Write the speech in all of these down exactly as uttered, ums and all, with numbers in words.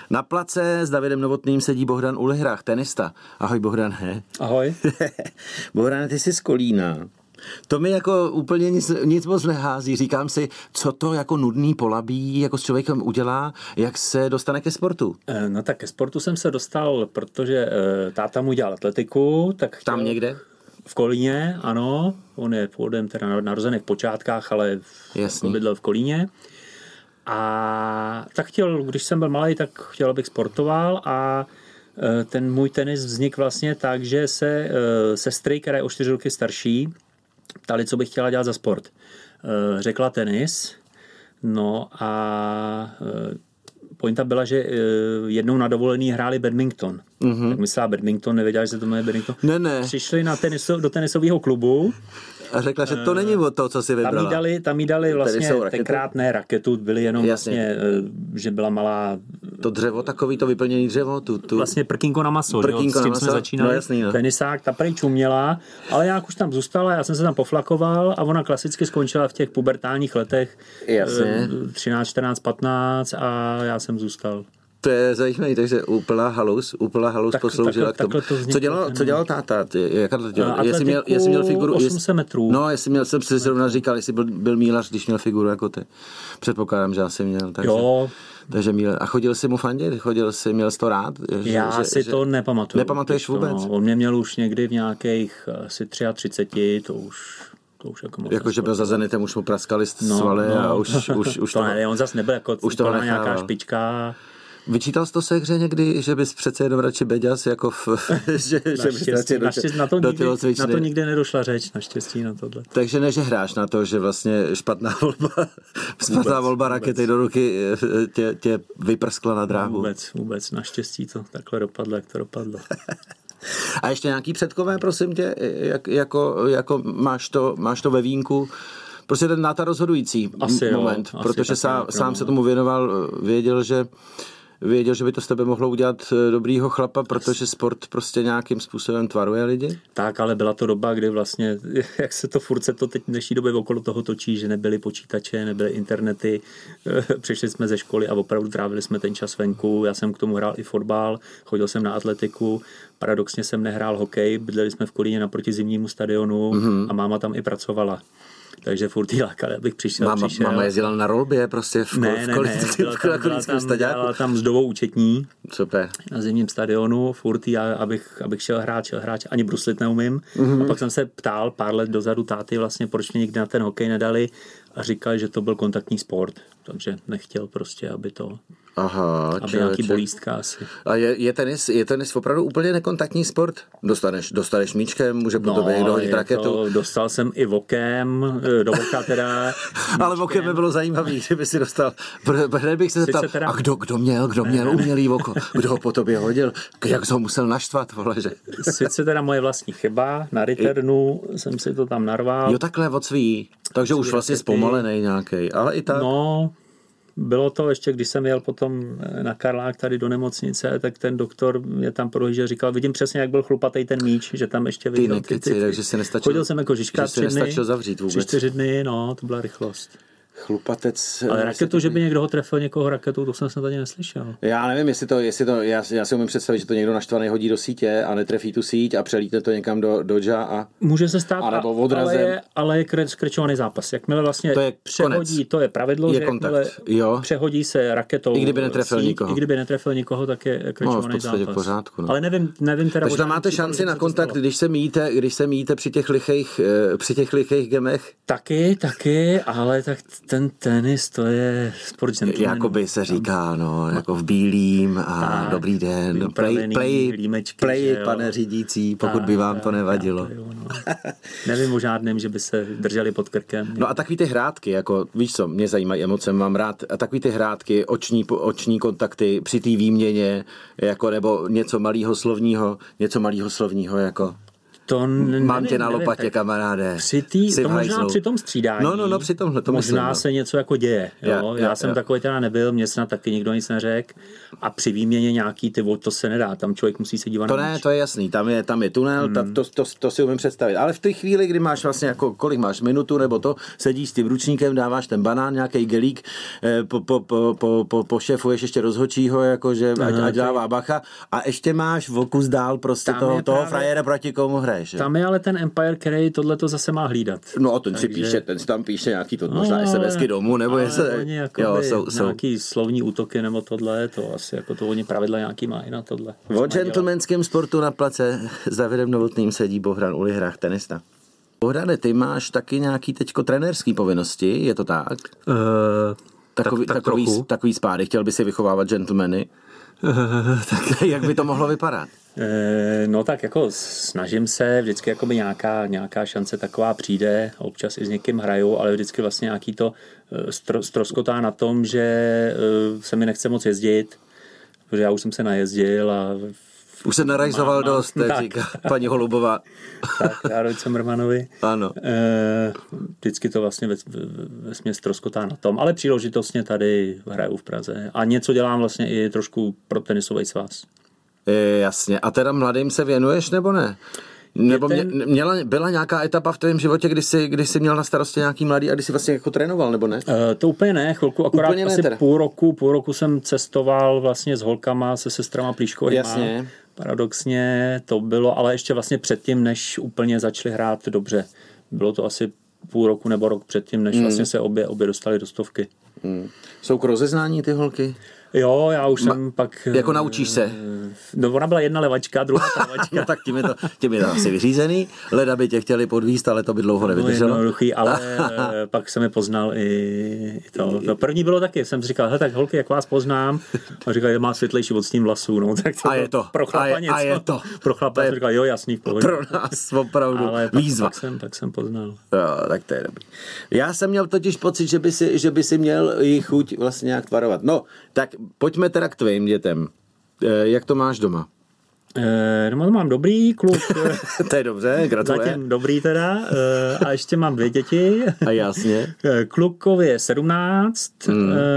Na place s Davidem Novotným sedí Bohdan Ulihrach, tenista. Ahoj Bohdane. Ahoj. Bohdane, ty jsi z Kolína. To mi jako úplně nic, nic moc nehází. Říkám si, co to jako nudný Polabí jako s člověkem udělá, jak se dostane ke sportu? No tak ke sportu jsem se dostal, protože táta mu dělal atletiku. Tak chtěl... Tam někde? V Kolíně, ano. On je původem teda narozený v Počátkách, ale bydlel v Kolíně. A tak chtěl, když jsem byl malý, tak chtěl, abych sportoval a ten můj tenis vznikl vlastně tak, že se sestry, která je o čtyři roky starší, ptali, co bych chtěla dělat za sport. Řekla tenis, no a pointa byla, že jednou na dovolený hráli badminton. Mm-hmm. Tak myslela badminton, nevěděla, že se to jmenuje badminton. Ne, ne. Přišli na teniso, do tenisového klubu. A řekla, že to není o to, co si vybrala. Tam jí dali, tam jí dali vlastně tenkrát ne raketu, byly jenom Jasně. vlastně, že byla malá... To dřevo takový, to vyplněný dřevo? Tu, tu... Vlastně prkínko na maso, prkínko jo, s tím na jsme maso? začínali. No, jasný, no. Tenisák, ta prej čuměla, ale jak už tam zůstala, já jsem se tam poflakoval a ona klasicky skončila v těch pubertálních letech. Jasně. třináct, čtrnáct, patnáct a já jsem zůstal. To je zajímavý, takže úplná halus, úplná halus tak, posloužila tak, k tomu. To co, dělal, co dělal táta? Jaká to dělal? Jestli měl, jestli měl figuru... osm set metrů. No, jestli měl, jsem si zrovna říkal, jestli byl, byl mílař, když měl figuru jako ty. Předpokládám, že asi měl. Takže, jo. Takže míl. A chodil jsi mu fandit? Chodil jsi, měl jsi to rád? Že, Já že, si že, to nepamatuju. Nepamatuješ vůbec? No, on mě měl už někdy v nějakých asi třicet tři, to už... To už jako jako, že byl za Zenitem, už mu praskali svaly no, a no. už, už, už to, to ne, on zase nebyl jako už to nějaká špička. Vyčítal jsi to se hře někdy, že bys přece jenom radši beďas, jako v, že, že bys radši naštěstí, na, to nikdy, na to nikdy nedošla řeč, naštěstí na tohle. Takže ne, že hráš na to, že vlastně špatná volba, špatná volba vůbec. Rakety do ruky tě, tě vyprskla na dráhu. Vůbec, vůbec, naštěstí to takhle dopadlo, jak to dopadlo. A ještě nějaký předkové, prosím tě, jak, jako, jako máš, to, máš to ve vínku, prostě ten náta rozhodující asi moment, jo, protože asi sám, sám se tomu věnoval, věděl, že Věděl, že by to s tebe mohlo udělat dobrýho chlapa, protože sport prostě nějakým způsobem tvaruje lidi? Tak, ale byla to doba, kdy vlastně, jak se to furt se to teď v dnešní době okolo toho točí, že nebyly počítače, nebyly internety, přišli jsme ze školy a opravdu trávili jsme ten čas venku. Já jsem k tomu hrál i fotbal, chodil jsem na atletiku, paradoxně jsem nehrál hokej, bydleli jsme v Kolíně naproti zimnímu stadionu mm-hmm. a máma tam i pracovala. Takže furt jí lákali, abych přišel. Máma, přišel. máma jezdila na rolbě prostě v, ne, v, ne, kolickém ne, byla tam, byla tam, dělala tam mzdovou účetní. Super. Na zimním stadionu, furt jí, abych, abych šel hrát, šel hrát, ani bruslit neumím. Mm-hmm. A pak jsem se ptal pár let dozadu táty vlastně, proč mě nikdy na ten hokej nedali a říkali, že to byl kontaktní sport. Takže nechtěl prostě, aby to... Aha, aby člověče. Nějaký bolístka asi. A je, je, tenis, je tenis opravdu úplně nekontaktní sport? Dostaneš, dostaneš míčkem, může po no, tobě někdo hodit raketu? To, dostal jsem i vokem, do voka teda. Ale vokem by bylo zajímavý, kdyby si dostal. Hned bych se zeptal, teda... a kdo, kdo měl, kdo měl umělý voko? Kdo ho po tobě hodil? Jak jsi ho musel naštvat, vole, že? Sice teda moje vlastní chyba, na Ritternu I... jsem si to tam narval. Jo, takhle od svý. Takže už vlastně zpomalenej nějaký, ale i tak. No, bylo to ještě, když jsem jel potom na Karlák tady do nemocnice, tak ten doktor mě tam prohlížel, říkal, vidím přesně, jak byl chlupatý ten míč, že tam ještě viděl. Ty nekyci, takže si nestačil. Chodil jsem jako žižka tři dny, zavřít vůbec. tři, čtyři dny, no, to byla rychlost. Chlupatec. Ale raketu, že by někdo ho trefil někoho raketou, to jsem snad ani neslyšel. Já nevím, jestli to, jestli to já, já si umím představit, že to někdo naštvaný hodí do sítě a netrefí tu síť a přelítne to někam do dodža a... Může se stát, a ale je, ale je skrečovaný zápas. Jakmile vlastně to je přehodí, konec. To je pravidlo, je že jo. přehodí se raketou I kdyby netrefil síť, nikoho. I kdyby netrefil nikoho, tak je skrečovaný no, v zápas. V pořádku, no. Ale nevím, nevím teda... Takže tam máte šanci na kontakt, když se míjíte, když se míjíte při těch lichých, při těch lichých gemech? Taky, taky, ale tak ten tenis, to je sport gentlemanů. Jakoby se říká, no, jako v bílým a tak, dobrý den, play, play, límečky, play pane řídící, pokud tak, by vám to nevadilo. Tak, jo, no. Nevím o žádném, že by se drželi pod krkem. No a takový ty hrátky, jako víš co, mě zajímají emoce, mám rád, a takový ty hrátky, oční, oční kontakty při té výměně, jako nebo něco malýho slovního, něco malýho slovního, jako... To nevím, Mám tě na nevím, lopatě, kamaráde. Při tý, to možná při tom střídání. No, no, no, při tomhle to možná myslím, se něco jako děje. Jo? Já, já, já jsem já. takový teda nebyl, mě snad taky nikdo nic neřekl. A při výměně nějaký ty vod, to se nedá, tam člověk musí se dívat to na ne, míč. To je jasný, tam je, tam je tunel, hmm. ta, to, to, to si umím představit. Ale v té chvíli, kdy máš vlastně jako, kolik máš, minutu nebo to, sedíš s tím ručníkem, dáváš ten banán, nějaký gelík, po, po, po, po, po, pošefuješ ještě rozhodčího, jakože ať, ať dává bacha a ještě máš v okus dál prostě toho, toho právě, frajera, proti komu hraješ. Tam je ale ten Empire, který tohle to zase má hlídat. No, ten si píše, ten si tam píše nějaký to, možná no, SMSky domů, nebo jestli, jo, jsou, jsou nějaký slovní útoky nebo tohle, to asi jako to oni pravidla nějaký mají na tohle. O gentlemanském sportu na place s Davidem Novotným sedí Bohdan Ulihrach, tenista. Bohdane, ty máš taky nějaký teďko trenérský povinnosti, je to tak? Uh, takový, tak, tak takový, takový spády, chtěl by si vychovávat gentlemany? Uh, tak jak by to mohlo vypadat? No tak jako snažím se, vždycky jakoby nějaká, nějaká šance taková přijde, občas i s někým hraju, ale vždycky vlastně nějaký to stroskotá na tom, že se mi nechce moc jezdit, protože já už jsem se najezdil a už se narajzoval dost, tak říká paní Holubová. Tak, Járovice Mrmanovi. Ano. E, vždycky to vlastně ve, ve směs troskotá na tom, ale příležitostně tady hraju v Praze a něco dělám vlastně i trošku pro tenisový svaz. Je, jasně. A teda mladým se věnuješ, nebo ne? Nebo ten... mě, měla, byla nějaká etapa v tvém životě, kdy jsi, kdy jsi měl na starosti nějaký mladý a kdy jsi vlastně jako trénoval, nebo ne? Uh, to úplně ne, chvilku, akorát úplně asi ne půl roku, půl roku jsem cestoval vlastně s holkama, se sestrama Plíškovýma. Jasně. Paradoxně to bylo, ale ještě vlastně předtím, než úplně začali hrát dobře. Bylo to asi půl roku nebo rok předtím, než mm. vlastně se obě, obě dostali do stovky. Mm. Jsou k rozeznání ty holky? Jo, já už Ma, jsem pak... Jako naučíš se? No, ona byla jedna levačka, druhá ta levačka. No tak tím je, to, tím je to asi vyřízený. Leda by tě chtěli podvíst, ale to by dlouho nevydrželo. No, jednoduchý, ale pak jsem je poznal i, i to. No, první bylo taky, jsem si říkal, tak holky, jak vás poznám? A říkal, že má světlejší odstín vlasů. No, tak to a je to. Pro chlapa a je, něco. A je to. Pro chlapa jsem říkal, jo, jasný, v pohodě. Pro nás opravdu ale výzva. Pak, pak, jsem, pak jsem poznal. Jo, tak to je dobrý. Já jsem měl totiž pocit, že by si, že by si měl jich chuť vlastně nějak tvarovat. No, tak pojďme teda k tvým dětem. E, jak to máš doma? E, doma to mám dobrý, kluk. To je dobře, gratuluji. Zatím dobrý teda. E, a ještě mám dvě děti. A jasně. E, klukovi je sedmnáct. Hmm. E,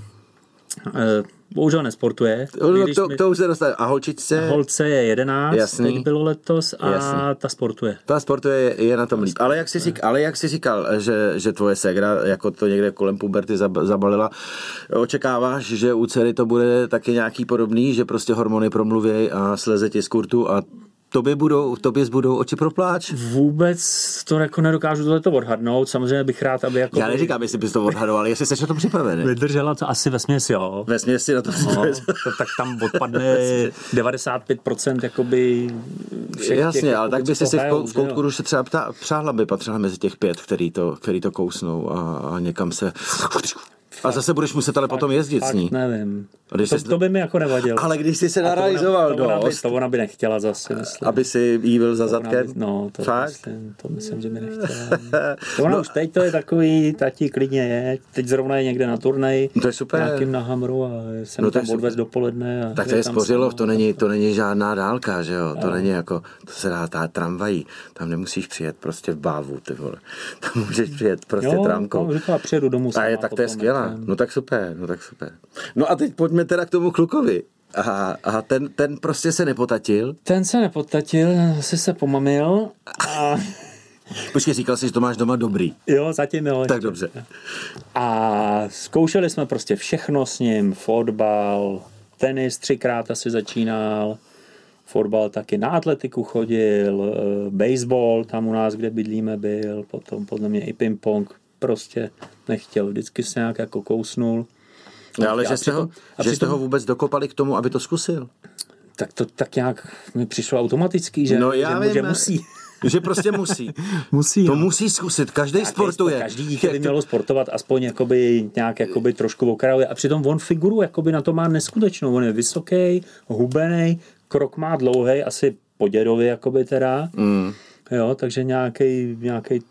e, bohužel nesportuje. No, to, mi... to už se dostane. A holčičce? Holce je jedenáct, jasný. Teď bylo letos a jasný. Ta sportuje. Ta sportuje, je, je na tom líp. Ale jak jsi, řík, ale jak jsi říkal, že, že tvoje segra jako to někde kolem puberty zabalila, očekáváš, že u dcery to bude taky nějaký podobný, že prostě hormony promluvějí a sleze ti z kurtu a Tobě, budou, tobě zbudou oči pro pláč? Vůbec to jako nedokážu tohleto odhadnout. Samozřejmě bych rád, aby jako... Já neříkám, jestli bys to odhadoval, jestli jsi na to připravený. Vydržela to asi vesměs, jo. Vesměs si na to připravený. No, to, tak tam odpadne devadesát pět procent jakoby všech jasně, těch, ale tak by si si v, kou, v koutku jo. už se třeba ptá, přáhla by patřila mezi těch pět, který to, který to kousnou a, a někam se... A zase budeš muset ale potom jezdit s ní. Nevím. To, jsi... to by mi jako nevadilo. Ale když jsi se narajzoval dost... To, ona by, to ona by nechtěla zase, myslím. Aby si jí byl za zadkem? By, no, to, fakt? Myslím, to myslím, že by nechtěla. To ona no. Už teď to je takový, tati klidně je. Teď zrovna je někde na turnej. To je super. Nějakým na Hamru a jsem no, tam odvez dopoledne. A tak to je Spořilov, to není, to není žádná dálka, že jo? To no. Není jako, to se dá tá tramvají. Tam nemusíš přijet prostě v Bávu, ty vole. Tam můžeš přijet prostě jo, tramkou. Jo, říkala, přijedu domů. A je, tak to je skvělá. No tak super, no tak super. No a teď pojďme teda k tomu klukovi. A, a ten, ten prostě se nepotatil? Ten se nepotatil, zase se pomamil a... Počkej, říkal jsi, že to máš doma dobrý. Jo, zatím jo. Tak ještě. Dobře. A zkoušeli jsme prostě všechno s ním, fotbal, tenis třikrát asi začínal, fotbal taky na atletiku chodil, baseball tam u nás, kde bydlíme, byl, potom podle mě i ping-pong, prostě nechtěl, vždycky se nějak jako kousnul. No, ale že jste, ho, že jste ho vůbec dokopali k tomu, aby to zkusil? Tak to tak nějak mi přišlo automaticky, že, no já že, vím, že musí. Že prostě musí. musí to no. musí zkusit, každý sportuje. Každý dítě by mělo sportovat aspoň jakoby, nějak jakoby trošku okrajově. A přitom on figuru jakoby na to má neskutečnou. On je vysoký, hubený, krok má dlouhý, asi po dědovi jakoby teda. Mm. Jo, takže nějaký nějaký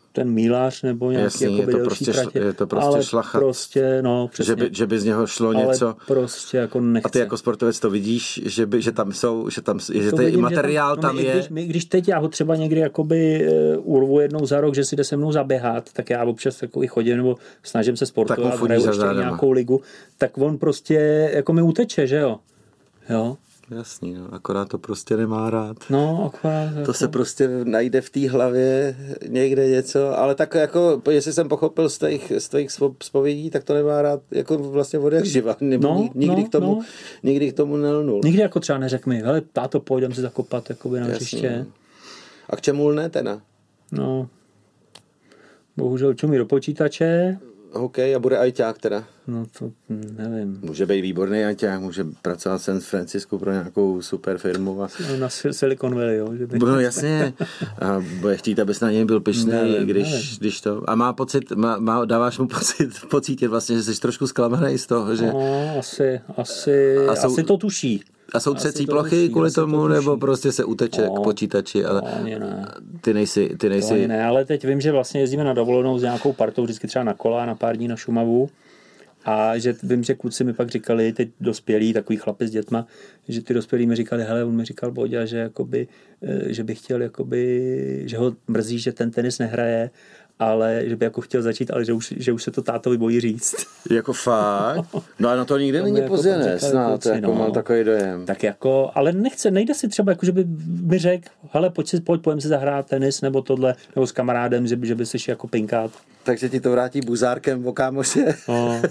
ten mílář nebo nějaký Jasný, jakoby je to delší prostě, tratě, je to prostě ale šlachat. prostě, no, přesně. Že by, že by z něho šlo ale něco. prostě jako nechce. A ty jako sportovec to vidíš, že, by, že tam jsou, že tam, že to ten vidím, materiál že tam, no tam my, je. Když, my, když teď já ho třeba někdy jakoby uh, urvu jednou za rok, že si jde se mnou zaběhat, tak já občas takový chodím nebo snažím se sportovat, hraju ještě nějakou ligu, tak on prostě jako mi uteče, že jo. Jo. Jasný, no, akorát to prostě nemá rád. No, akorát. To jako... se prostě najde v té hlavě někde něco, ale tak jako, jestli jsem pochopil z těch, z těch zpovědí, tak to nemá rád jako vlastně od jak živa. No, nikdy, no, k tomu, no. nikdy k tomu nelnul. Nikdy jako třeba neřek mi, hele, táto, půjdem si zakopat jakoby na hřiště. A k čemu lne teda? No, bohužel čumí do počítače. OK, a bude ajťák teda? No to nevím. Může být výborný ajťák, může pracovat v San Francisku pro nějakou super firmu. A... Na Silicon Valley, jo? Že by... No jasně. A bude chtít, abys na něj byl pyšný, nevím, když, nevím. když to... A má pocit, má, má, dáváš mu pocit, pocítit vlastně, že jsi trošku zklamaný z toho, že... No, asi, asi, a jsou, asi to tuší. A jsou třecí plochy tuší, kvůli tomu, to nebo prostě se uteče no, k počítači, ale no, ne. ty nejsi... Ty nejsi... ne, ale teď vím, že vlastně jezdíme na dovolenou s nějakou partou, vždycky třeba na kola, na pár dní na Šumavu. A že vím, že kluci mi pak říkali, teď dospělí, takový chlapi s dětma, že ty dospělí mi říkali, hele, on mi říkal Boďa, že, jakoby, že by chtěl, jakoby, že ho mrzí, že ten tenis nehraje, ale že by jako chtěl začít, ale že už, že už se to tátovi bojí říct. Jako fakt? No a na to nikdy to není jako pozdě, ne? Snad, jako no. Mám takový dojem. Tak jako, ale nechce, nejde si třeba, jako, že by mi řekl, hele, pojď si, pojď, pojďme si zahrát tenis, nebo tohle, nebo s kamarádem, že by, že by si jako pinkát. Takže ti to vrátí buzárkem o kámoše. No.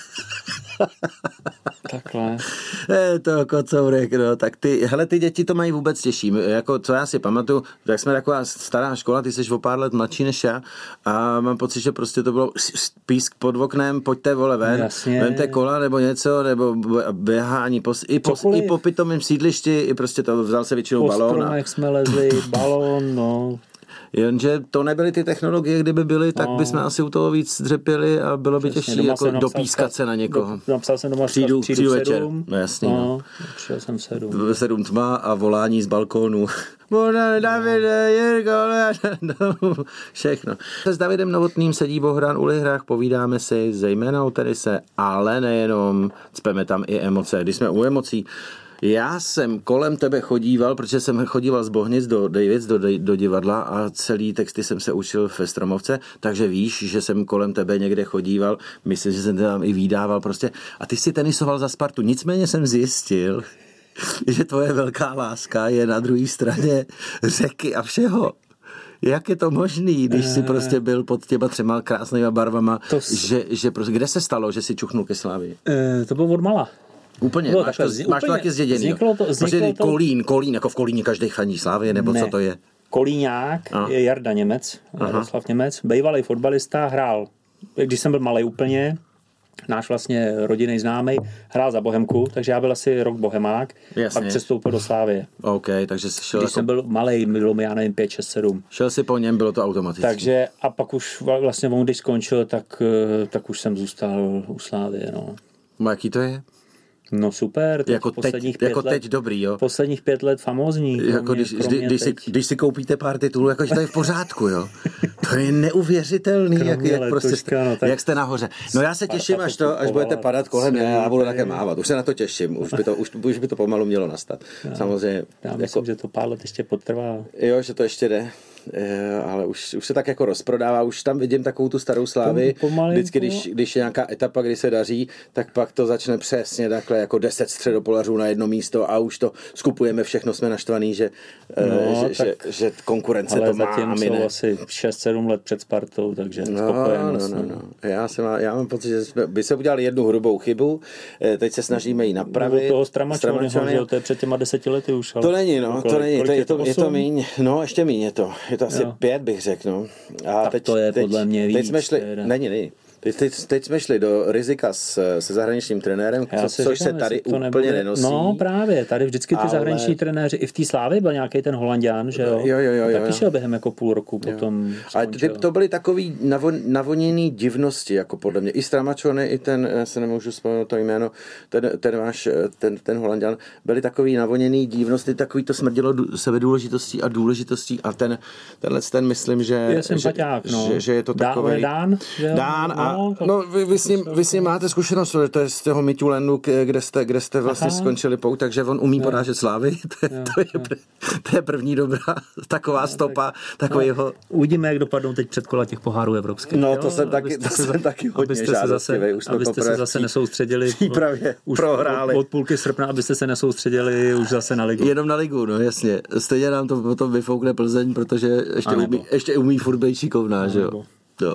Takhle. Je to kocourek, no. Tak ty, hele, ty děti to mají vůbec těžší. Jako, co já si pamatuju, tak jsme taková stará škola, ty jsi o pár let mladší než já a mám pocit, že prostě to bylo písk pod oknem, pojďte vole ven, jasně. Vemte kola nebo něco, nebo běhání po, i, po, i po pitomém sídlišti, i prostě to vzal se většinou po balón. Po stromech jsme lezli, balón, no. Jenže to nebyly ty technologie, kdyby byly, tak no. bychom asi u toho víc dřepili a bylo by těžší jako dopískat se na někoho. Do, napsal jsem doma přijdu, přijdu, přijdu večer. Sedm. No jasný. No, no. Přišel jsem sedm. V sedm tma a volání z balkónu. Davide, Jirko, všechno. S Davidem Novotným sedí Bohdan u lihrách, povídáme si zejména o tenise, ale nejenom, cpeme tam i emoce. Když jsme u emocí, já jsem kolem tebe chodíval, protože jsem chodíval z Bohnic do Davids, do, do divadla a celý texty jsem se učil ve Stromovce, takže víš, že jsem kolem tebe někde chodíval, myslím, že jsem tam i vídával prostě. A ty si tenisoval za Spartu, nicméně jsem zjistil, že tvoje velká láska je na druhé straně řeky a všeho. Jak je to možný, když jsi prostě byl pod těma třema krásnýma barvama, s... že, že prostě, kde se stalo, že jsi čuchnul ke Slávii? E, to bylo od mala. Úplně, no, máš, to, takhle, máš úplně to taky zděděný. Vzniklo to, vzniklo to... Kolín, Kolín, jako v Kolíně každý fandí Slávie, nebo ne. co to je? Kolíňák je Jarda Němec, Jaroslav Němec, bývalý fotbalista, hrál, když jsem byl malej úplně, náš vlastně rodinný známý, hrál za Bohemku, takže já byl asi rok bohemák, jasně. Pak přestoupil do Slávie. OK, takže jsi šel Když jako... jsem byl malej, bylo mi, já nevím, pět, šest, sedm. Šel si po něm, bylo to automaticky. Takže a pak už vlastně on, když skončil, tak, tak už jsem zůstal u Slávie, no. No, jaký to je? No super, teď jako posledních teď, pět jako let, teď dobrý, jo. Posledních pět let famózní. Jako když, když, když, si, když si koupíte pár titulů, jakože to je v pořádku, jo. To je neuvěřitelný, jak, jak, prostě, no, tak... jak jste nahoře. No já se těším, až to, až budete padat kolem mě, já budu také mávat. Už se na to těším, už by to, už, už by to pomalu mělo nastat. Já, samozřejmě. Já myslím, jako, že to pár let ještě potrvá. Jo, že to ještě jde. Ale už, už se tak jako rozprodává, už tam vidím takovou tu starou Slávy. Vždycky, když, když je nějaká etapa, kdy se daří, tak pak to začne přesně takhle jako deset středopolařů na jedno místo a už to skupujeme, všechno jsme naštvaný, že, no, že, že, že konkurence to má a my ne. asi šest sedm let před Spartou, takže no, spokojenost. No, no, no. Já, jsem, já mám pocit, že jsme, by se udělali jednu hrubou chybu, teď se snažíme ji napravit. No, toho Stramačonyho, to je před těma deseti lety už. To není, no, to není, to, je, to, je to míň, no ještě míň je to. Je to asi jo. pět, bych řekl, no. A tak teď, to je teď, podle mě víc. Teď jsme šli, není, není. Teď, teď, teď jsme šli do rizika s, se zahraničním trenérem, co, což říkám, se tady úplně nebude, nenosí. No právě, tady vždycky ty ale... zahraniční trenéři, i v té Slávě byl nějaký ten Holanďan, že jo? Jo, jo, jo. Taky jo. šel během jako půl roku, potom ale ty, to byly takový navon, navoněný divnosti, jako podle mě. I Stramačony, i ten, já se nemůžu vzpomenout to jméno, ten, ten váš, ten, ten Holanďan, byly takový navoněný divnosti, takový to smrdilo sebedůležitostí a důležitostí a ten, tenhle ten myslím, že je sympatiák, že, no. že, že je to takový Dán, Dán a no, no vy, vy, s ním, vy s ním máte zkušenost, to je z toho Midtjyllandu, kde jste, kde jste vlastně Aha. skončili pou, takže on umí jo. porážet Slávy, to, jo, to, je, to je první dobrá taková no, stopa, tak, takovýho. No, uvidíme, jak dopadnou teď předkola těch pohárů evropských. No to jo, jsem taky, to jsem taky hodně žádostivý. Už abyste se zase nesoustředili přípravě, už prohráli. Od, od půlky srpna, abyste se nesoustředili už zase na ligu. Jenom na ligu, no jasně. Stejně nám to potom vyfoukne Plzeň, protože ještě, umí, ještě umí furt být šikovná, že jo. Jo.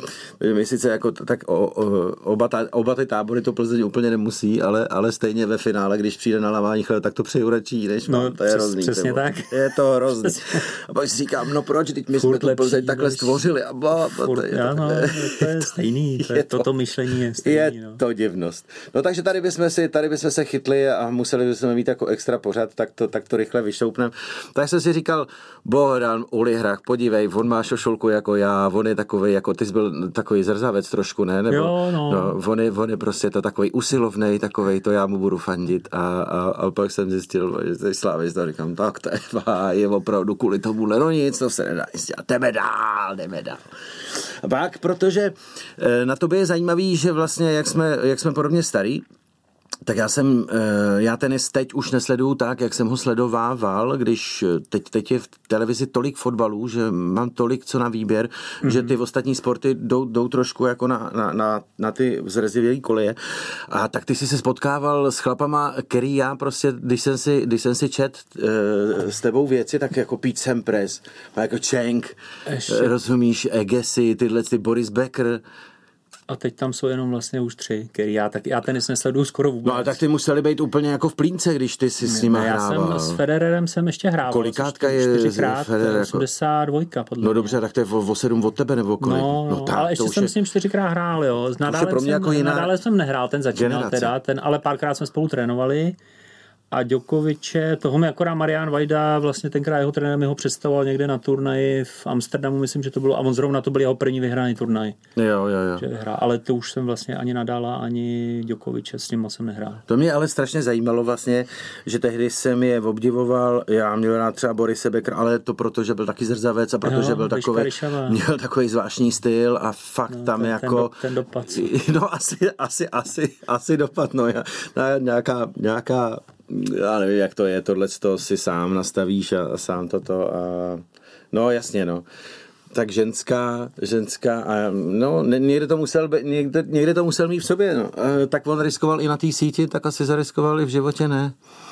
My sice jako tak o, o, oba, ta, oba ty tábory to Plzeň úplně nemusí, ale, ale stejně ve finále, když přijde na lavání chleba, tak to přeju radši, než no, mám, to je přes, hrozný. Přesně tebo. tak. Je to hrozný. A pak si říkám, no proč, teď my jsme tu Plzeň takhle stvořili. A bla, bla, Furt, to, je já, to, no, to je stejný, to je, to, toto myšlení je stejný. Je no. to divnost. No takže tady bychom, si, tady bychom se chytli a museli bychom mít jako extra pořad, tak to, tak to rychle vyšoupneme. Tak jsem si říkal, Bohdan Ulihrach, podívej, on má šošolku jako já, on je takovej, jako ty jsi byl takový zrzavec trošku, ne? Nebo, jo, no. no on, je, on je prostě to takový usilovnej, takovej, to já mu budu fandit a, a, a pak jsem zjistil, že jsi slávista, říkám, tak to je, je opravdu kvůli tomu, no nic, to se nedá jistě, jdeme dál, jdeme dál. A pak, protože na tobě je zajímavý, že vlastně, jak jsme, jak jsme podobně starý, tak já jsem, já tenis teď už nesleduju tak, jak jsem ho sledovával, když teď, teď je v televizi tolik fotbalů, že mám tolik co na výběr, mm-hmm. že ty ostatní sporty jdou, jdou trošku jako na, na, na, na ty zrezivělý koleje. A tak ty jsi se spotkával s chlapama, který já prostě, když jsem si, když jsem si čet uh, s tebou věci, tak jako Pete Sampras, jako Cenk, rozumíš, Agassi, tyhle ty Boris Becker. A teď tam jsou jenom vlastně už tři, který já, tak já tenis nesleduju skoro vůbec. No ale tak ty museli být úplně jako v plínce, když ty si s nima hrával. Já jsem s Federerem jsem ještě hrával. Kolikátka je čtyřikrát, osmdesát dva podle No dobře, tak to je o, o sedm od tebe nebo kolik? No, no, no ale ještě jsem je... s ním čtyřikrát hrál, jo. Nadále, pro mě jsem, jako jiná nadále jsem nehrál, ten začínal generace. Teda, ten, ale párkrát jsme spolu trénovali. A Djokoviče, toho mi akorát Marián Vajda, vlastně tenkrát jeho trenér mi ho představoval někde na turnaji v Amsterdamu, myslím, že to bylo, a on zrovna to byl jeho první vyhraný turnaj. Jo, jo, jo. Že vyhrál, ale to už jsem vlastně ani Nadala, ani Djokoviče, s ním jsem nehrál. To mě ale strašně zajímalo vlastně, že tehdy jsem je obdivoval, já měl rád třeba Borise Becker, ale to proto, že byl taky zrzavec a protože jo, byl takový, měl takový zvláštní styl a fakt no, tam ten, jako... Ten, do, ten dopad. No asi, asi, asi, asi dopad, no, já, nějaká, nějaká já nevím, jak to je, tohle to si sám nastavíš a, a sám toto a no jasně, no. Tak ženská, ženská a no, někde to musel, někde, někde to musel mít v sobě, no. A, tak on riskoval i na té síti, tak asi zariskoval i v životě, ne?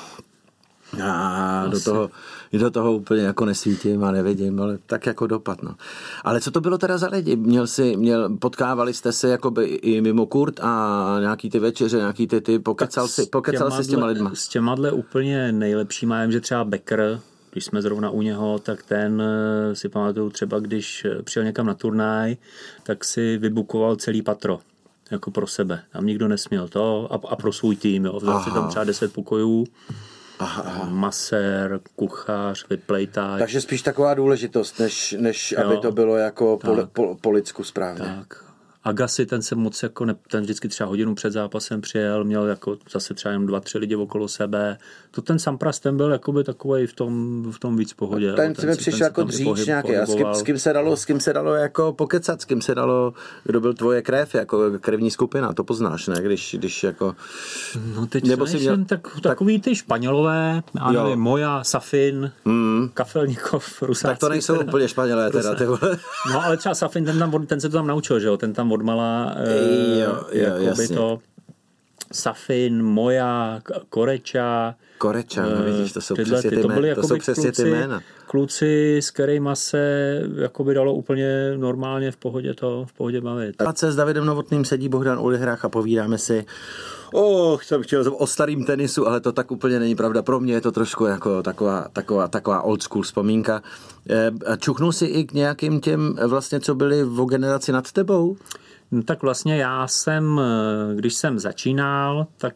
A do toho, do toho úplně jako nesvítím a nevidím, ale tak jako dopad, no. Ale co to bylo teda za lidi? Měl si, měl, potkávali jste se jakoby i mimo kurt a nějaký ty večeře, nějaký ty, ty pokecal si, pokecal si s těma lidma? S těmadle úplně nejlepší mám, že třeba Becker, když jsme zrovna u něho, tak ten si pamatuju třeba, když přijel někam na turnaj, tak si vybukoval celý patro. Jako pro sebe. Tam nikdo nesměl to a, a pro svůj tým, jo. Vzal si tam třeba deset pokojů. Aha, aha. Masér, kuchař, vyplejták. Takže spíš taková důležitost, než, než aby to bylo jako po, po, po lidsku správně. Tak. Agassi, ten se moc jako ne, ten vždycky třeba hodinu před zápasem přijel, měl jako zase třeba jenom dva, tři lidi okolo sebe. To ten Sampras, ten byl jakoby takovej v tom, v tom víc pohodě. Ten, ten mi přišel jako dříč nějaký. A s kým, s kým se dalo, s kým se dalo jako pokecat, s kým se dalo, kdo byl tvoje krev, jako krevní skupina, to poznáš, ne? Když, když jako... No teď nebo si měl, tak, takový ty Španělové, já nevím, Moja, Safin, mm. Kafelníkov, Rusáci. Tak to nejsou teda, úplně Španělé teda, ty vole. No ale třeba Safin, ten, tam, ten se to tam naučil, že jo, ten tam odmala jo, jo, jakoby to Safin, Moja, Koreča. Koreča, no vidíš, to jsou tyhle, přesně ty, ty, to byly to jsou přesně ty jména. Kluci, s kterýma se jakoby dalo úplně normálně v pohodě to, v pohodě bavit. A s Davidem Novotným sedí Bohdan Ulihrach a povídáme si oh, jsem chtěl o starým tenisu, ale to tak úplně není pravda. Pro mě je to trošku jako taková, taková, taková old school vzpomínka. E, čuchnul jsi i k nějakým těm vlastně, co byli o generaci nad tebou? No, tak vlastně já jsem, když jsem začínal, tak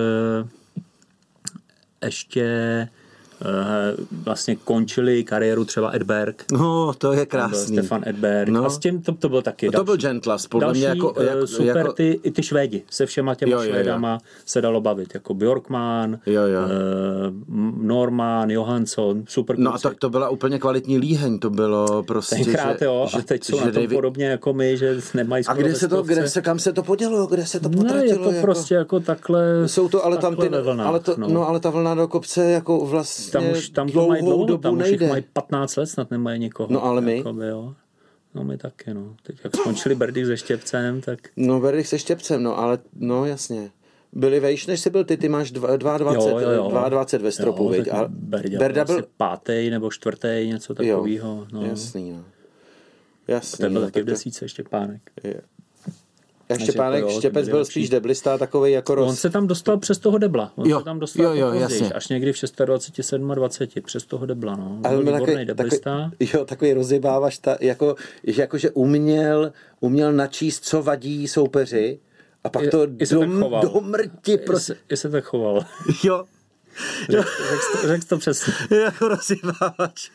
ještě vlastně končili kariéru třeba Edberg. No, to je krásný. Stefan Edberg. No. A s tím to, to byl taky no, to byl Gentlas, podle další, mě jako, jako super, jako... ty, i ty Švédi. Se všema těma jo, jo, Švédama jo. se dalo bavit. Jako Björkman, jo, jo. Uh, Norman, Johansson, super kluci. No a tak to byla úplně kvalitní líheň, to bylo prostě... Tenkrát že, jo, že, a teď jsou že na tom David... podobně jako my, že nemají skoro A kde se to, kde se, kam se to podělo, kde se to potratilo? No, je to jako... prostě jako takhle Jsou to, ale tam ty, vlnách, ale to, no. no, ale ta vlna do kopce jako vlastně tam už, tam dlouhou mají dlouho, dobu tam nejde. Už mají patnáct let, snad nemají nikoho. No ale my? Jakoby, jo. No my taky, no. Teď jak skončili Berdych se Štěpcem, tak... No Berdych se Štěpcem, no ale, no jasně. Byli vejš, než jsi byl ty, ty máš dvacet dva, jo, jo, jo. dvacet dva ve stropu, viď? A Berda, Berda byl asi pátý nebo čtvrtý, něco takového. No. Jasný, no. Jasný. A ten byl no, taky v desíce Štěpánek. Je. A Štěpánek, Štěpec byl spíš deblista, takovej jako roz... On se tam dostal přes toho debla. On jo, se tam dostal jo, jo, později, jasně. Až někdy v dvacet šest, dvacet sedm, přes toho debla, no. Ale byl takový, výborný deblista. Takový, jo, takový rozjebávaš, ta, jako, že, jako, že uměl, uměl načíst, co vadí soupeři a pak je, to do, do mrti prostě. Je se tak choval. Jo. Řekl to, řek to přesně. Jako rozjebávač.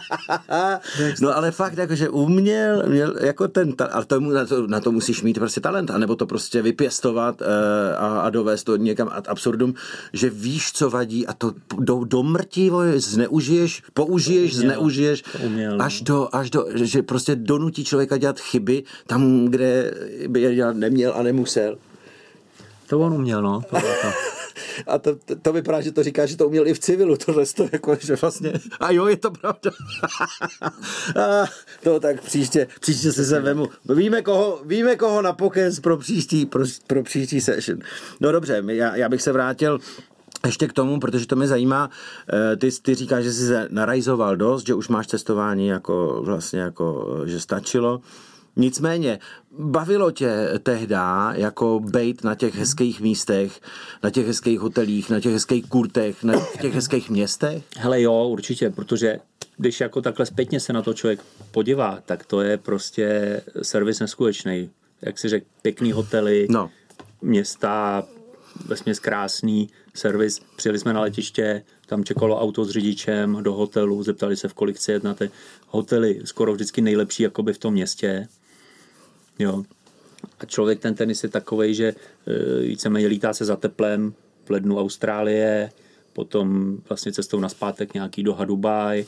No ale fakt, jako, že uměl, měl jako ten, ale to, na, to, na to musíš mít prostě talent, anebo to prostě vypěstovat uh, a, a dovést to někam ad absurdum, že víš, co vadí a to do, do mrti zneužiješ, použiješ, uměl, zneužiješ, uměl, až do, až do, že prostě donutí člověka dělat chyby tam, kde by je dělat neměl a nemusel. To on uměl, no. To to. A to, to, to vypadá, že to říká, že to uměl i v civilu, tohle to jako, že vlastně, a jo, je to pravda. A to tak příště, příště se se vemu. Víme koho, víme koho na pokec pro příští, pro, pro příští session. No dobře, já, já bych se vrátil ještě k tomu, protože to mě zajímá, ty, ty říkáš, že jsi se narajzoval dost, že už máš cestování jako vlastně jako, že stačilo. Nicméně, bavilo tě tehda jako bejt na těch hezkých místech, na těch hezkých hotelích, na těch hezkých kurtech, na těch hezkých městech? Hele jo, určitě, protože když jako takhle zpětně se na to člověk podívá, tak to je prostě servis neskutečný. Jak si řekl, pěkný hotely, no. Města, vesměs krásný servis. Přijeli jsme na letiště, tam čekalo auto s řidičem do hotelu, zeptali se, v kolik chce jet na ty hotely, skoro vždycky nejlepší jakoby v tom městě. Jo. A člověk ten tenis je takovej, že víceméně lítá se za teplem v lednu Austrálie, potom vlastně cestou nazpátek nějaký Doha Dubaj,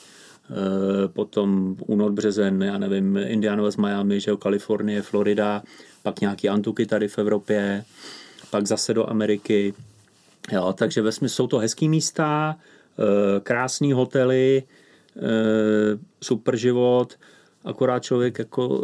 potom únor, březen, já nevím, Indiana Wells, Miami, že jo, Kalifornie, Florida, pak nějaký Antuky tady v Evropě, pak zase do Ameriky. Jo, takže ve smyslu jsou to hezký místa, krásný hotely, super život, akorát člověk jako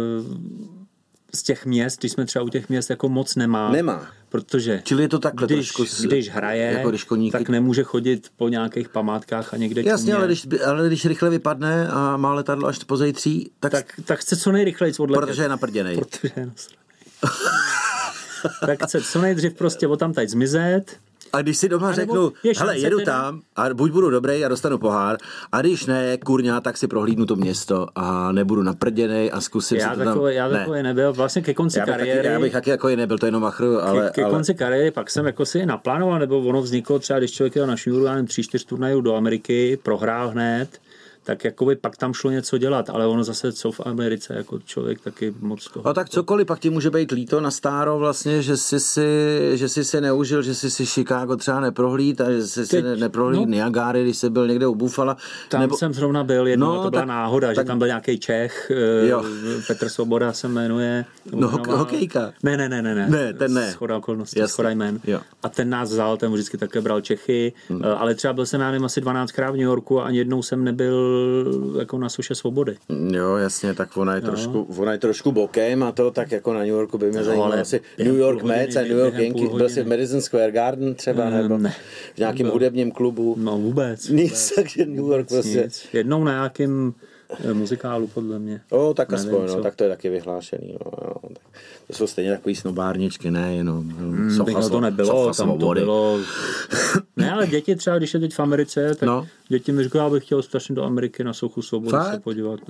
z těch měst, když jsme třeba u těch měst, jako moc nemá. Nemá. Protože čili je to takhle když, trošku, když hraje, jako když tak nemůže chodit po nějakých památkách a někde čumě. Jasně, ale když, ale když rychle vypadne a má letadlo až po zítří, tak... Tak, tak chce co nejrychleji odletět. Protože je naprděnej. Protože je nasranej. Tak chce co nejdřív prostě o tam tady zmizet. A když si doma řeknu, hele, jedu teda tam a buď budu dobrý a dostanu pohár, a když ne, kurňa, tak si prohlídnu to město a nebudu naprděnej a zkusím já si to takové, tam... Já takový ne. nebyl, vlastně ke konci já bych kariéry... Taky, já bych taky jako nebyl, to jenom machru, ale... Ke, ke ale... konci kariéry pak jsem jako si naplánoval, nebo ono vzniklo třeba, když člověk jel na šňůru, já nevím, tři, čtyři turnajů do Ameriky, prohrál hned, tak jakoby pak tam šlo něco dělat, ale ono zase co v Americe, jako člověk taky moc toho... No tak cokoliv, pak ti může být líto na stáro vlastně, že jsi si, že jsi si neužil, že jsi si Chicago třeba neprohlíd a že jsi si ne, neprohlíd no, Niagary, když jsi byl někde u Buffala. Tam nebo... jsem zrovna byl jednou, no, to byla tak, náhoda, tak... že tam byl nějaký Čech, jo. Petr Svoboda se jmenuje. No hokejka. Ne, ne, ne, ne, ne. Ne, ten ne. Schoda okolností, schoda jmen. A ten nás vzal, ten vždycky také bral Čechy, hmm. ale třeba byl jsem já nevím asi dvanáctkrát v New Yorku a ani jednou jsem nebyl jako na Soše Svobody. Jo, jasně, tak ona je, trošku, ona je trošku bokem a to tak jako na New Yorku by mě no, zajímalo asi New York Mets a New York Yankees. Byl jsi v Madison Square Garden třeba, um, nebo ne, v nějakém hudebním klubu? No vůbec. Nic, vůbec, takže New York prostě. Nic. Jednou na nějakým muzikálu, podle mě. O, tak nevím, aspoň, no, tak to je taky vyhlášený. No, no, tak to jsou stejně takový snobárničky, ne, jenom mm, socha, to nebylo, tam to bylo. Ne, ale děti třeba, když je teď v Americe, tak no. děti mi říkají, já bych chtěl strašně do Ameriky na Sochu Svobody se podívat. No.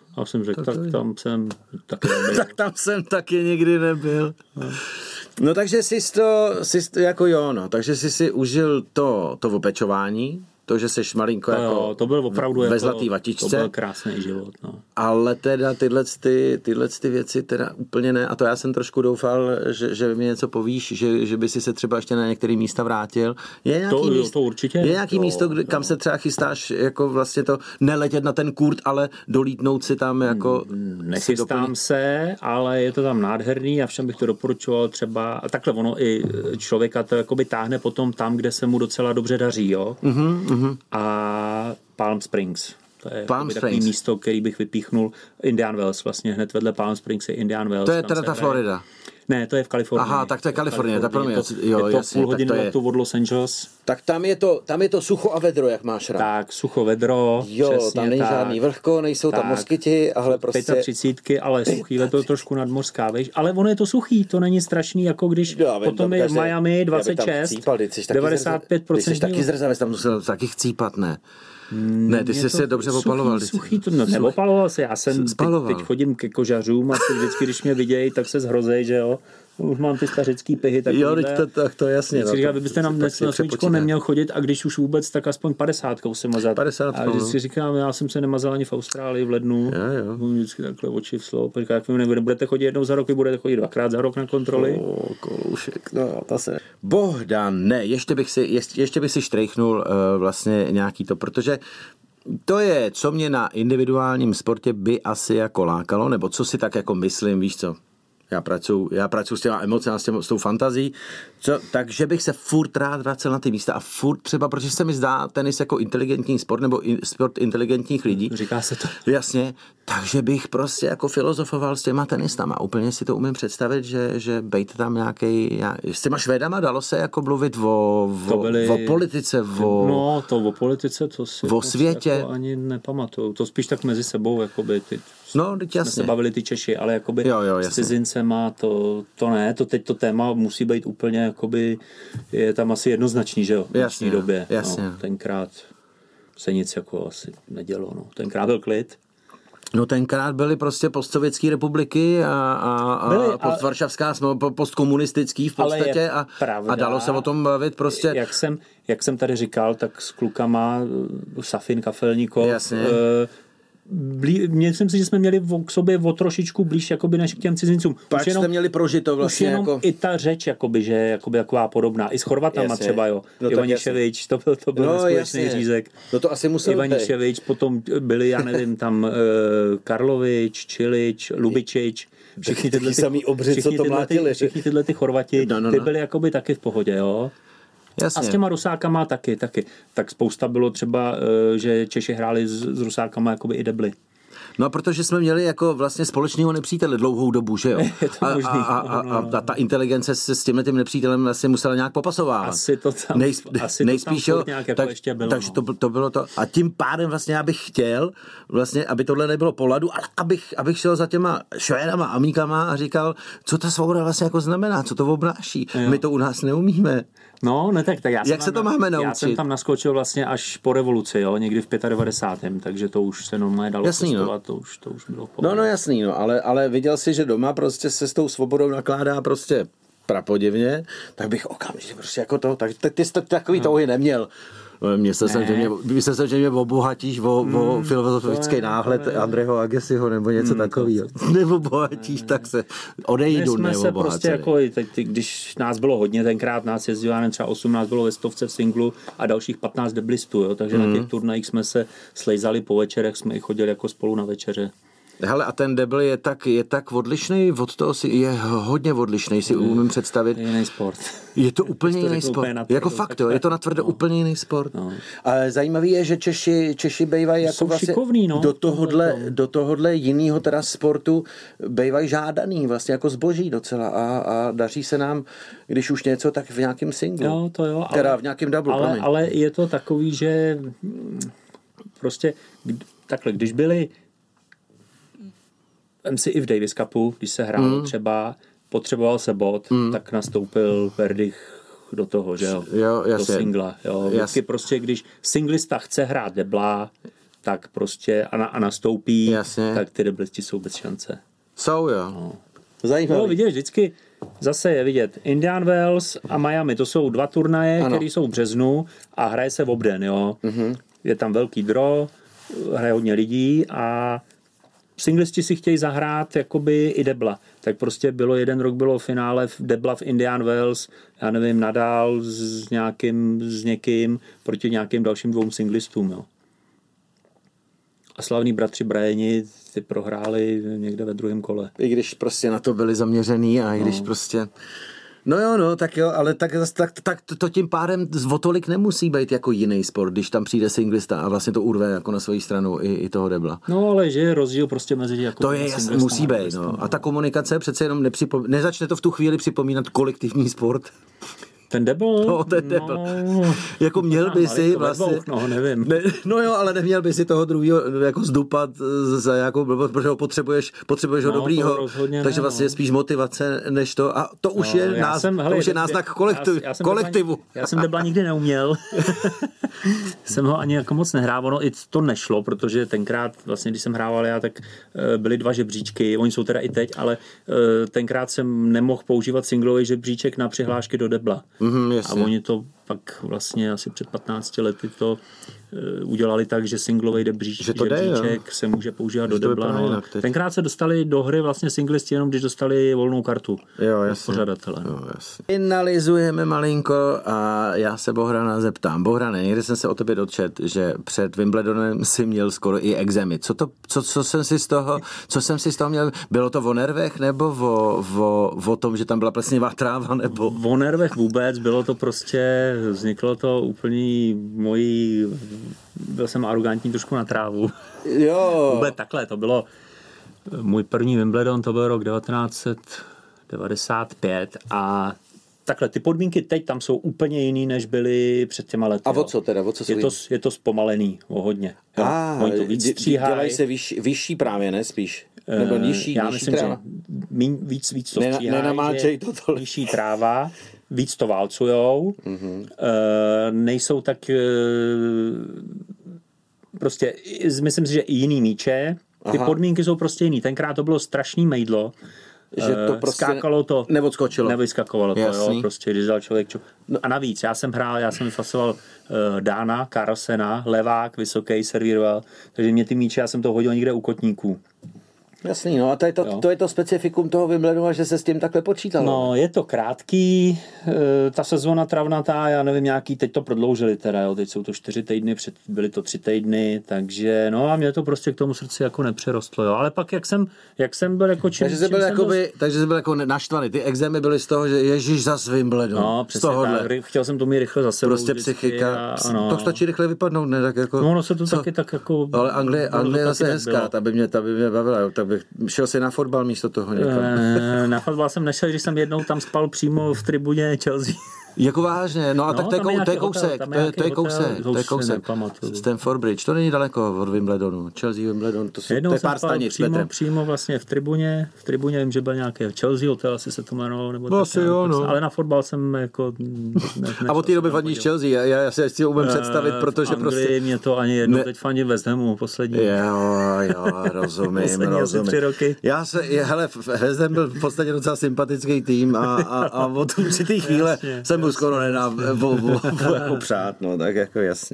A jsem řekl, tak, tak tam jsem taky nebyl. Tak tam jsem taky nikdy nebyl. No, no takže jsi to, jsi to, jako jo, no, takže jsi si užil to, to opečování, to, že seš malinko to, jako jo, to byl opravdu ve jako, zlatý vatičce. To byl krásný život, no. Ale teda tyhle, ty, tyhle ty věci teda úplně ne. A to já jsem trošku doufal, že, že mi něco povíš, že, že by si se třeba ještě na některé místa vrátil. Je nějaký, to, míst, to určitě. Je nějaký to, místo, kde, kam to. se třeba chystáš jako vlastně to neletět na ten kurt, ale dolítnout si tam jako... Nechystám se, ale je to tam nádherný a všem bych to doporučoval třeba. A takhle ono i člověka to jakoby táhne potom tam, kde se mu docela dobře daří, jo. Mm-hmm, mm-hmm. A Palm Springs. To je Palm takový místo, který bych vypíchnul. Indian Wells, vlastně hned vedle Palm Springs je Indian Wells. To je teda ta Florida. Ne, to je v Kalifornii. Aha, tak to je Kalifornie, tak pro mě. Je to, jo, je to jasně, půl hodiny to je... letu od Los Angeles. Tak tam je to, tam je to sucho a vedro, jak máš rád. Tak, sucho, vedro, jo, přesně tam není tak. žádný vlhko, nejsou tak, tam moskyti, ale prostě... třicítky, ale suchý, je to trošku nadmořská, víš? Ale ono je to suchý, to není strašný, jako když jo, potom je v Miami dvacet šest, cípal, devadesát pět procent. Ty jsi taky zrzavec, tam musel taky chcípat, ne? Ne, ty jsi se dobře opaloval. Suchý, suchý to, no, neopaloval se, já jsem, teď, teď chodím ke kožařům a vždycky, když mě vidějí, tak se zhrozej, že jo. Už mám ty stařický pihy. Jo, to, to, to jasně. Vždycky říká, vy byste nám dnes na sluníčko neměl chodit a když už vůbec, tak aspoň padesátkou se mazat. padesátkou, a vždycky říkám, já jsem se nemazal ani v Austrálii v lednu. Jo, jo. Vždycky takhle oči v sloup. Říká, jak vy nebudete chodit jednou za rok, vy budete chodit dvakrát za rok na kontroly. O, koloušek, no, to se... Bohdan, ne, ještě bych si, ještě, ještě bych si štrejchnul uh, vlastně nějaký to, protože to je, co mě na individuálním sportě by asi jako lákalo, nebo co si tak jako myslím, víš co? Já pracuji, já pracuji s těma emocemi, s, těma, s tou fantazí, co, takže bych se furt rád vracel na ty místa a furt třeba, protože se mi zdá tenis jako inteligentní sport nebo in, sport inteligentních lidí. Říká se to. Jasně, takže bych prostě jako filozofoval s těma tenistama. Úplně si to umím představit, že, že bejt tam nějaký, s těma Švédama dalo se jako mluvit o, o, byli, o politice, o... No, to o politice, to si o světě. Jako ani nepamatuju. To spíš tak mezi sebou, jakoby ty... No, teď jasně. Jsme se bavili ty Češi, ale jakoby jo, jo, s cizincema to, to ne, to teď to téma musí být úplně jakoby, je tam asi jednoznačný, že jo, v dnešní době. Jasně. No, tenkrát se nic jako asi nedělo, no. Tenkrát byl klid. No tenkrát byly prostě postsovětské republiky a, a, a byly, postvaršavská, postkomunistický v podstatě a, a dalo se o tom bavit prostě. Jak jsem, jak jsem tady říkal, tak s klukama Safin, Kafelníkov, jasně. E, Blí, myslím si, že jsme měli k sobě o trošičku blíž jakoby než k těm cizincům. Pak jenom, jste měli prožito vlastně. Už jenom jako... i ta řeč, jakoby, že jakoby taková podobná. I s Chorvatama jasně. třeba, jo. No, Ivaniševič, to byl, to byl no, neskutečný řízek. No to asi musel Ivaniševič, potom byli, já nevím, tam uh, Karlovič, Čilič, Lubičič. Všichni tyhle ty samý obři, co to mlátili. Všichni tyhle ty Chorvati, no, no, no. ty byli jakoby taky v pohodě, jo. Jasně. A s těma Rusákama taky, taky. Tak spousta bylo třeba, že Češi hráli s, s Rusákama jakoby i debly. No, protože jsme měli jako vlastně společného nepřítele dlouhou dobu, že jo? A, a, a, a, a ta inteligence se s tímhle tím nepřítelem vlastně musela nějak popasovávat. Asi to tam, Nejsp, asi nejspíš, to tam nějak jako tak, ještě bylo. Takže no. to, to bylo to. A tím pádem vlastně já bych chtěl, vlastně, aby tohle nebylo po ladu, ale abych, abych šel za těma Švédama, Amíkama a říkal, co ta svoboda vlastně jako znamená, co to obnáší. Jo. My to u nás neumíme. No, ne tak, tak já Jak jsem se tam, to máme naučit? Já jsem tam naskočil vlastně až po revoluci, jo, někdy v devadesátém pátém takže to už se normálně dalo jasný, cestovat, no. to už, to už bylo No, no jasný, no, ale, ale viděl jsi, že doma prostě se s tou svobodou nakládá prostě prapodivně, tak bych okamžitě prostě jako to, tak ty, ty jsi takový no. touhy neměl. Myslel jsem, že mě, myslel jsem, že mě obohatíš o, mm, o filozofický náhled ne, Andreho Agesiho nebo něco mm, takového. Neobohatíš, tak se odejdu, neobohatili. My jsme se prostě jako, teď, když nás bylo hodně, tenkrát nás jezdilo, já nevím, třeba osmnáct bylo ve stovce v singlu a dalších patnáct deblistů, jo, takže mm. na těch turnajích jsme se slejzali po večerech, jsme i chodili jako spolu na večeře. Hele, a ten debl je tak, je tak odlišný, od toho si je hodně odlišný, si umím představit. Je jiný sport. Je to úplně jiný sport. Jako fakt, jo, je to natvrdo no. úplně jiný sport. No. A zajímavý je, že Češi, Češi bejvají jako vlastně šikovný, no. do tohodle, do tohodle jinýho teda sportu bejvají žádaný, vlastně jako zboží docela a, a daří se nám, když už něco, tak v nějakém singlu. Jo, to jo. Teda ale, v nějakém double, ale, ale je to takový, že prostě takhle, když byli em si i v Davis Cupu, když se hrálo mm. třeba, potřeboval se bod, mm. tak nastoupil Verdich do toho, že jo, jo do singla. Jo. Vždycky prostě, když singlista chce hrát debla, tak prostě a, na, a nastoupí, Jasně. tak ty deblisti jsou bez šance. Jsou, jo. No. Zajímavé. No, vidíš, vždycky zase je vidět Indian Wells a Miami, to jsou dva turnaje, které jsou v březnu a hraje se v obden, jo. Mm-hmm. Je tam velký draw, hraje hodně lidí a singlisti si chtějí zahrát jakoby i debla. Tak prostě bylo jeden rok, bylo finále v debla v Indian Wells, já nevím, Nadal s nějakým, s někým proti nějakým dalším dvou singlistům, jo. A slavní bratři Bryani ty prohráli někde ve druhém kole. I když prostě na to byli zaměřený a i když no. prostě... No jo, no, tak jo, ale tak, tak, tak to, to tím pádem o tolik nemusí být jako jiný sport, když tam přijde singlista a vlastně to urve jako na svoji stranu i, i toho debla. No, ale že je rozdíl prostě mezi jako to je jasný, musí být, no. A ta komunikace přece jenom nepřipom... nezačne to v tu chvíli připomínat kolektivní sport. Ten debl? No, ten debl. No, jako měl by si vlastně... Dvouch, no, nevím. Ne, no jo, ale neměl by si toho druhého jako zdupat za jako blbost, protože ho potřebuješ, potřebuješ no, ho dobrýho. Takže vlastně je spíš motivace než to. A to už no, je, nás, jsem, hele, to už je náznak kolektiv, já, já kolektivu. Debla, já jsem debla nikdy neuměl. Jsem ho ani jako moc nehrával, no i to nešlo, protože tenkrát vlastně, když jsem hrával já, tak byly dva žebříčky, oni jsou teda i teď, ale tenkrát jsem nemohl používat singlový žebříček na přihlášky do debla. Mm-hmm, a oni to pak vlastně asi před patnácti lety to uh, udělali tak, že singlový žebříček se může používat že do debla. No. Tenkrát se dostali do hry vlastně singlisti jenom, když dostali volnou kartu jo, od pořadatele. Jo, Finalizujeme malinko a já se Bohrana zeptám. Bohrane, někde jsem se o tobě dočet, že před Wimbledonem si měl skoro i exémy. Co, to, co, co, jsem si z toho, co jsem si z toho měl? Bylo to o nervech nebo o, o, o tom, že tam byla plesnivá tráva? Nebo... O nervech vůbec, bylo to prostě, vzniklo to úplný mojí, byl jsem arrogantní trošku na trávu. Jo. Vůbec takhle, to bylo můj první Wimbledon, to byl rok devatenáct set devadesát pět a takhle, ty podmínky teď tam jsou úplně jiný, než byly před těma lety. A o co teda? O co je, to, je to zpomalený o hodně. A, oni to víc stříhají. Dělají se vyš, vyšší právě, ne? Spíš. Nebo nižší, Já nižší myslím, tráva. že míň, víc, víc to stříhají. Nenamáčej to tolik. Nižší tráva, víc to válcujou. Mm-hmm. E, nejsou tak... E, prostě, myslím si, že i jiný míče. Ty Aha. podmínky jsou prostě jiný. Tenkrát to bylo strašný mejdlo. Že to prostě skákalo to, neodskočilo. Nevyskakovalo to, jo, prostě, když dal člověk čup. No a navíc, já jsem hrál, já jsem fasoval uh, Dána, Carlsena, levák, vysoký, servíroval, takže mě ty míče, já jsem to hodil někde u kotníků. Jasný, no a to je to, to je to specifikum toho Wimbledonu, že se s tím takhle počítalo. No, je to krátký, e, ta sezóna travnatá, já nevím, nějaký, teď to prodloužili teda, jo, teď jsou to čtyři týdny, před, byly to tři týdny, takže no a mě to prostě k tomu srdci jako nepřerostlo, jo, ale pak jak jsem, jak jsem byl jako čím, takže jsi byl, jakoby, dost... takže jsi byl jako naštvaný, ty exémy byly z toho, že ježíš zas Wimbledon. No, přesně tak, chtěl jsem to mít rychle za sebou. Prostě psychika, a, no. To stačí rychle vypadnout, ne, tak jako. No, no se to co? Taky tak jako. Ale Anglie, Anglie zase hezká, ta by mě, ta by mě bavila, jo, tak bych šel si na fotbal místo toho někam. Na fotbal jsem nešel, když jsem jednou tam spal přímo v tribuně Chelsea. Jako vážně, no a no, tak to je, kou, to je kousek, to je, to je kousek, to je kousek. Stamford Bridge, to není daleko od Wimbledonu, Chelsea, Wimbledon, to, jsou, to je pár stanic. Přímo, přímo vlastně v tribuně, v tribuně vím, že byl nějaký Chelsea hotel, asi se to jmenovalo, nebo no, tak, jo, no. Ale na fotbal jsem jako... Ne, a od té doby fandíš Chelsea, já, já si si umím uh, představit, protože v prostě... Anglii mě to ani jedno, ne... teď fandím West Hamu, poslední. Jo, jo, rozumím, rozumím. tři roky. Já se, hele, West Ham byl v podstatě docela sympatický tým a, a, a od určitý chvíle jsem byl skoro nedávno Vo, vo, vo, jako přát, no, tak jako jasně.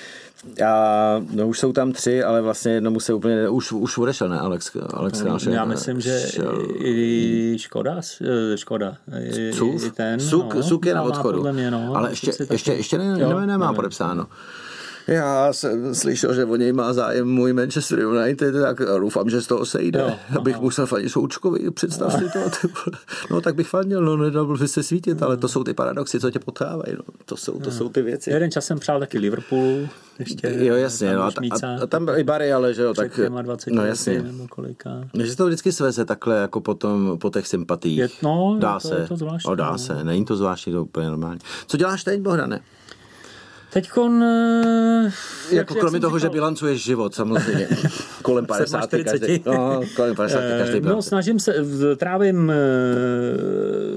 A no už jsou tam tři, ale vlastně jednomu se úplně, už, už odešel, ne, Alex, Alex Krášek. Já myslím, že šel... i Škoda, Škoda. I, Cuf? I ten, Suk, no, Suk je na odchodu, mě, no, ale ještě, ještě, ještě ne, jo, ne, nemá podepsáno. Já jsem slyšel, že o něj má zájem můj Manchester United, tak doufám, že z toho sejde. Jo, abych musel fandit Součkovi, představ si to. No tak bych fandil, no nedal by se svítit, ale to jsou ty paradoxy, co tě potrávají. No. To, jsou, to jsou ty věci. Jeden čas jsem přál taky Liverpoolu. Ještě, jo, jasně. No, a, a, a tam byly Bary, ale že jo, tak... No jasně. Že to vždycky sveze takhle jako potom, po těch sympatiích. Je, no, dá to, se. Je to zvláštní. O, dá se, není to zvláštní, to úplně normální. Co děláš teď, Bohrane? Teďkon... Jako jak, kromě jak toho, říkal... že bilancuješ život, samozřejmě. Kolem padesát každý. No, kolem padesát každý. No, snažím se, trávím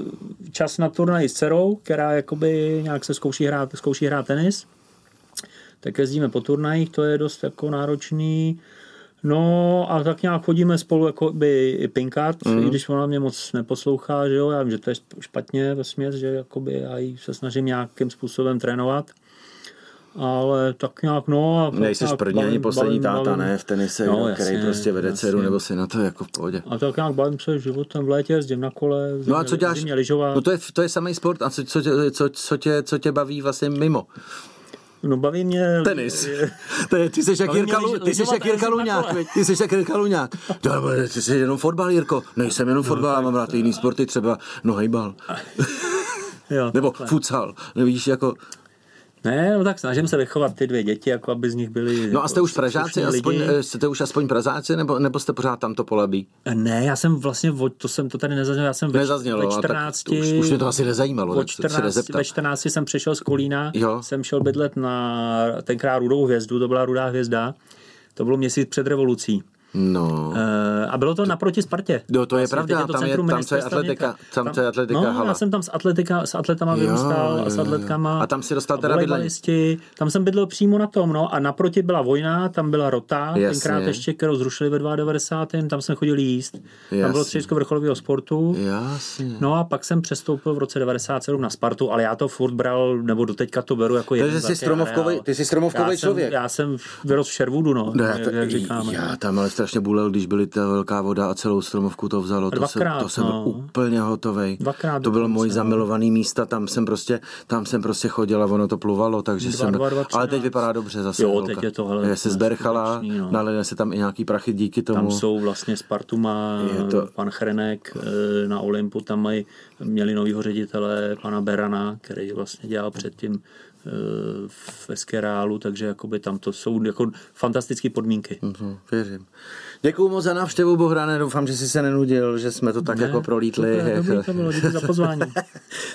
čas na turnaji s dcerou, která jakoby nějak se zkouší hrát, zkouší hrát tenis. tak jezdíme po turnajích, to je dost jako náročný. No a tak nějak chodíme spolu jako by pinkat, mm. i když ona mě moc neposlouchá, že jo, já vím, že to je špatně vesměs, že jakoby já jí se snažím nějakým způsobem trénovat. Ale tak nějak, no... A nejseš první ani poslední táta, bavím, ne, v tenise, no, který jasně, prostě vede jasně. dceru, nebo si na to jako v pohodě. A tak nějak bavím se životem v létě, jezdím na kole, no a co děláš? No to je, to je samý sport, a co, co, co, co, tě, co tě baví vlastně mimo? No baví mě... Tenis. Ty, ty jsi jak Jirka, ty jsi jak Jirka Luňák, ty jsi jak Jirka Luňák. Ty jsi jenom fotbal, Jirko. Nejsem jenom fotbal, no, mám rád jiný sporty, třeba nohejbal. Jo, nebo takhle. Futsal. Víš, jako... Ne, no tak snažím se vychovat ty dvě děti, jako aby z nich byli... No a jste už Pražáci, aspoň, jste už aspoň Pražáci, nebo, nebo jste pořád tam to polabí? Ne, já jsem vlastně, to jsem to tady nezazněl, já jsem ve, nezaznělo, ve čtrnácti... Už, už mě to asi nezajímalo, čtrnácti, ve čtrnácti jsem přišel z Kolína, jo. jsem šel bydlet na tenkrát Rudou hvězdu, to byla Rudá hvězda, to bylo měsíc před revolucí. No. Uh, a bylo to naproti Spartě. No to je vlastně, pravda, je to tam je tam je atletika, tam, tam je atletika no, hala. Já jsem tam s atletika, s atletama vyrůstal, s atletkama. A tam si dostal teda bydlení. Tam jsem bydlel přímo na tom, no, a naproti byla Vojna, tam byla Rota, jasně. tenkrát ještě, kterou zrušili ve devadesátém tam jsem chodil jíst. Jasně. Tam bylo středisko vrcholového sportu. Jasně. No a pak jsem přestoupil v roce devadesát sedm na Spartu, ale já to furt bral, nebo doteďka to beru jako jeden. Ty jsi stromovkový, ty jsi stromovkový člověk. Já jsem vyrostl v Sherwoodu, no, jak říkáme. Já tam ale strašně bulel, když byly ta velká voda a celou stromovku to vzalo. Dvakrát, to, se, to jsem no. byl úplně hotovej. Dvakrát to byl můj se, zamilovaný místa, tam jsem prostě, tam jsem prostě chodil a ono to pluvalo, takže dva, jsem, dva, dva, ale teď vypadá dobře zase. Jo, teď je to, hele, je se zberchala, no. nalili se tam i nějaký prachy díky tomu. Tam jsou vlastně Spartu má to... pan Chrenek na Olympu, tam mají, měli novýho ředitele, pana Berana, který vlastně dělal předtím v Eskerálu, takže jakoby tam to jsou jako fantastické podmínky. Mm-hmm, věřím. Děkuju moc za návštěvu, Bohrane, doufám, že jsi se nenudil, že jsme to tak ne, jako prolítli. Super, dobrý to bylo, děkuji za pozvání.